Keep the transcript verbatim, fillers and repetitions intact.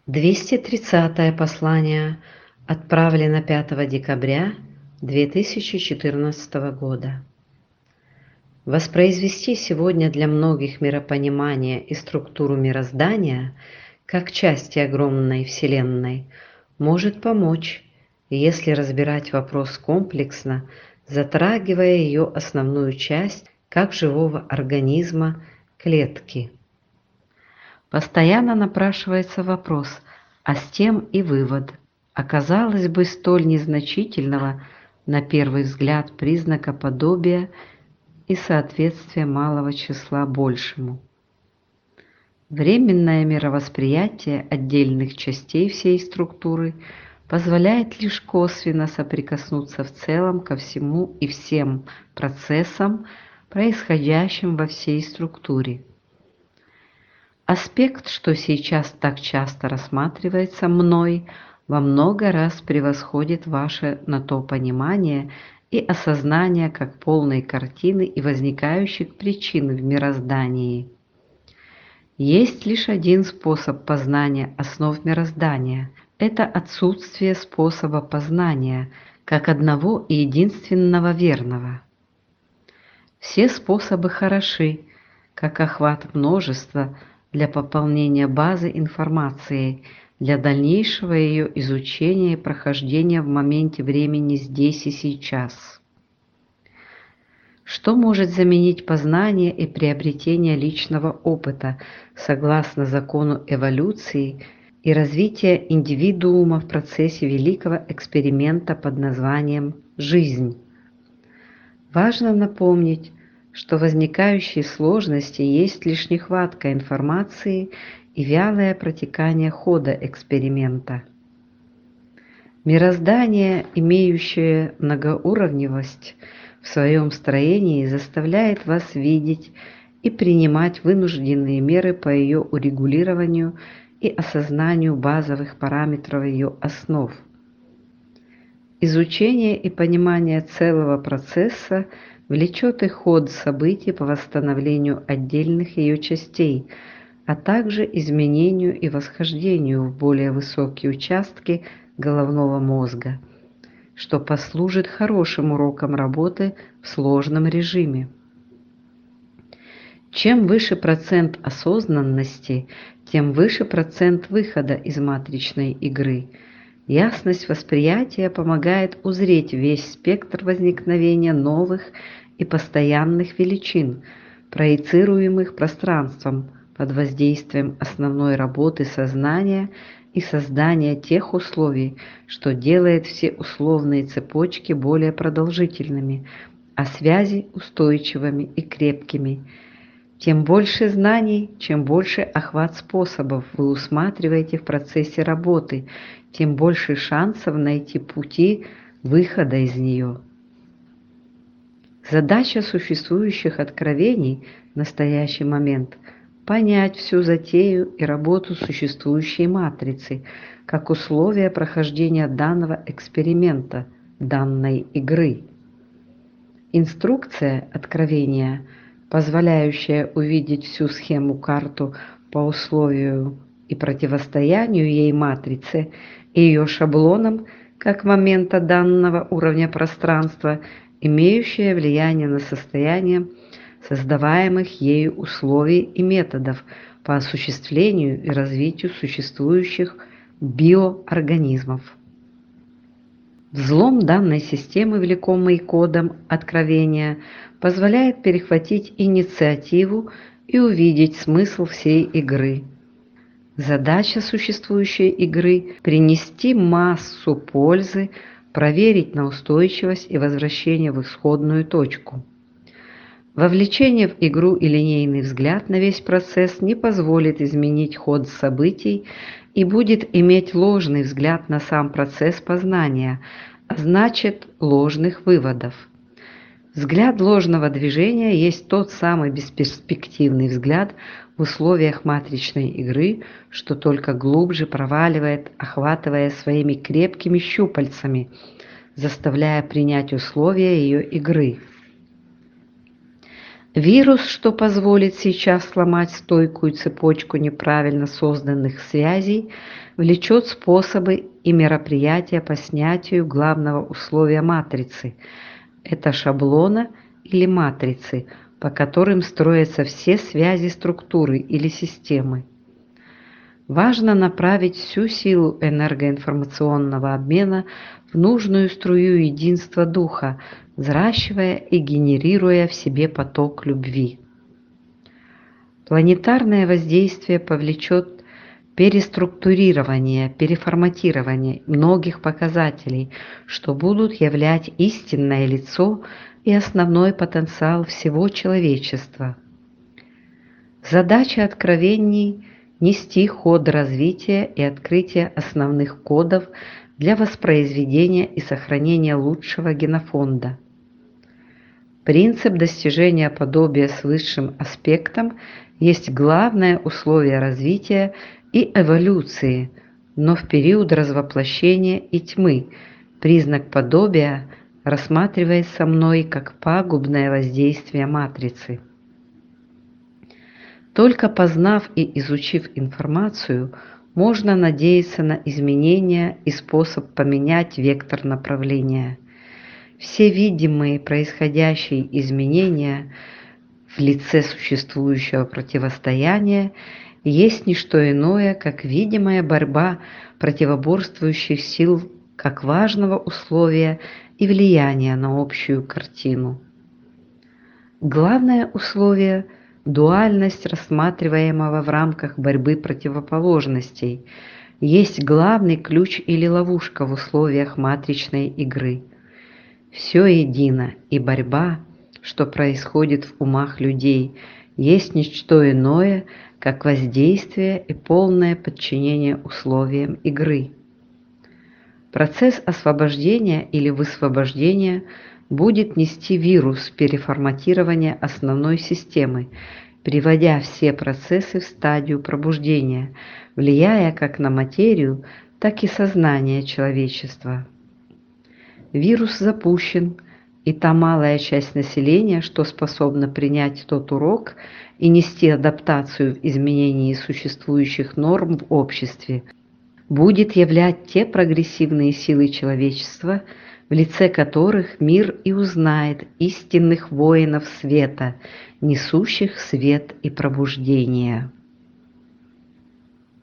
двести тридцатое послание отправлено пятого декабря две тысячи четырнадцатого года. Воспроизвести сегодня для многих миропонимание и структуру мироздания как части огромной Вселенной может помочь, если разбирать вопрос комплексно, затрагивая ее основную часть как живого организма клетки. Постоянно напрашивается вопрос, а с тем и вывод, оказалось бы, столь незначительного на первый взгляд признака подобия и соответствия малого числа большему. Временное мировосприятие отдельных частей всей структуры позволяет лишь косвенно соприкоснуться в целом ко всему и всем процессам, происходящим во всей структуре. Аспект, что сейчас так часто рассматривается мной, во много раз превосходит ваше на то понимание и осознание как полной картины и возникающих причин в мироздании. Есть лишь один способ познания основ мироздания – это отсутствие способа познания, как одного и единственного верного. Все способы хороши, как охват множества для пополнения базы информацией, для дальнейшего ее изучения и прохождения в моменте времени здесь и сейчас. Что может заменить познание и приобретение личного опыта согласно закону эволюции и развития индивидуума в процессе великого эксперимента под названием «Жизнь»? Важно напомнить, что возникающие сложности есть лишь нехватка информации и вялое протекание хода эксперимента. Мироздание, имеющее многоуровневость в своем строении, заставляет вас видеть и принимать вынужденные меры по ее урегулированию и осознанию базовых параметров ее основ. Изучение и понимание целого процесса влечет и ход событий по восстановлению отдельных ее частей, а также изменению и восхождению в более высокие участки головного мозга, что послужит хорошим уроком работы в сложном режиме. Чем выше процент осознанности, тем выше процент выхода из матричной игры. Ясность восприятия помогает узреть весь спектр возникновения новых и постоянных величин, проецируемых пространством под воздействием основной работы сознания и создания тех условий, что делает все условные цепочки более продолжительными, а связи устойчивыми и крепкими. Тем больше знаний, чем больше охват способов вы усматриваете в процессе работы, тем больше шансов найти пути выхода из нее. Задача существующих откровений в настоящий момент – понять всю затею и работу существующей матрицы как условие прохождения данного эксперимента, данной игры. Инструкция откровения, позволяющая увидеть всю схему-карту по условию и противостоянию ей матрице и ее шаблонам как момента данного уровня пространства, имеющая влияние на состояние создаваемых ею условий и методов по осуществлению и развитию существующих биоорганизмов. Взлом данной системы, влекомой кодом откровения, позволяет перехватить инициативу и увидеть смысл всей игры. Задача существующей игры – принести массу пользы, проверить на устойчивость и возвращение в исходную точку. Вовлечение в игру и линейный взгляд на весь процесс не позволит изменить ход событий и будет иметь ложный взгляд на сам процесс познания, а значит, ложных выводов. Взгляд ложного движения есть тот самый бесперспективный взгляд в условиях матричной игры, что только глубже проваливает, охватывая своими крепкими щупальцами, заставляя принять условия ее игры. Вирус, что позволит сейчас сломать стойкую цепочку неправильно созданных связей, влечет способы и мероприятия по снятию главного условия матрицы – это шаблона или матрицы, по которым строятся все связи структуры или системы. Важно направить всю силу энергоинформационного обмена в нужную струю единства духа, взращивая и генерируя в себе поток любви. Планетарное воздействие повлечет переструктурирование, переформатирование многих показателей, что будут являть истинное лицо и основной потенциал всего человечества. Задача откровений – нести ход развития и открытия основных кодов для воспроизведения и сохранения лучшего генофонда. Принцип достижения подобия с высшим аспектом есть главное условие развития и эволюции, но в период развоплощения и тьмы признак подобия рассматривается мной как пагубное воздействие матрицы. Только познав и изучив информацию, можно надеяться на изменения и способ поменять вектор направления. Все видимые происходящие изменения в лице существующего противостояния есть не что иное, как видимая борьба противоборствующих сил как важного условия и влияния на общую картину. Главное условие – дуальность рассматриваемого в рамках борьбы противоположностей, есть главный ключ или ловушка в условиях матричной игры. Все едино, и борьба, что происходит в умах людей, есть ничто иное, как воздействие и полное подчинение условиям игры. Процесс освобождения или высвобождения будет нести вирус переформатирования основной системы, приводя все процессы в стадию пробуждения, влияя как на материю, так и сознание человечества. Вирус запущен, и та малая часть населения, что способна принять тот урок и нести адаптацию в изменении существующих норм в обществе, будет являть те прогрессивные силы человечества, в лице которых мир и узнает истинных воинов света, несущих свет и пробуждение.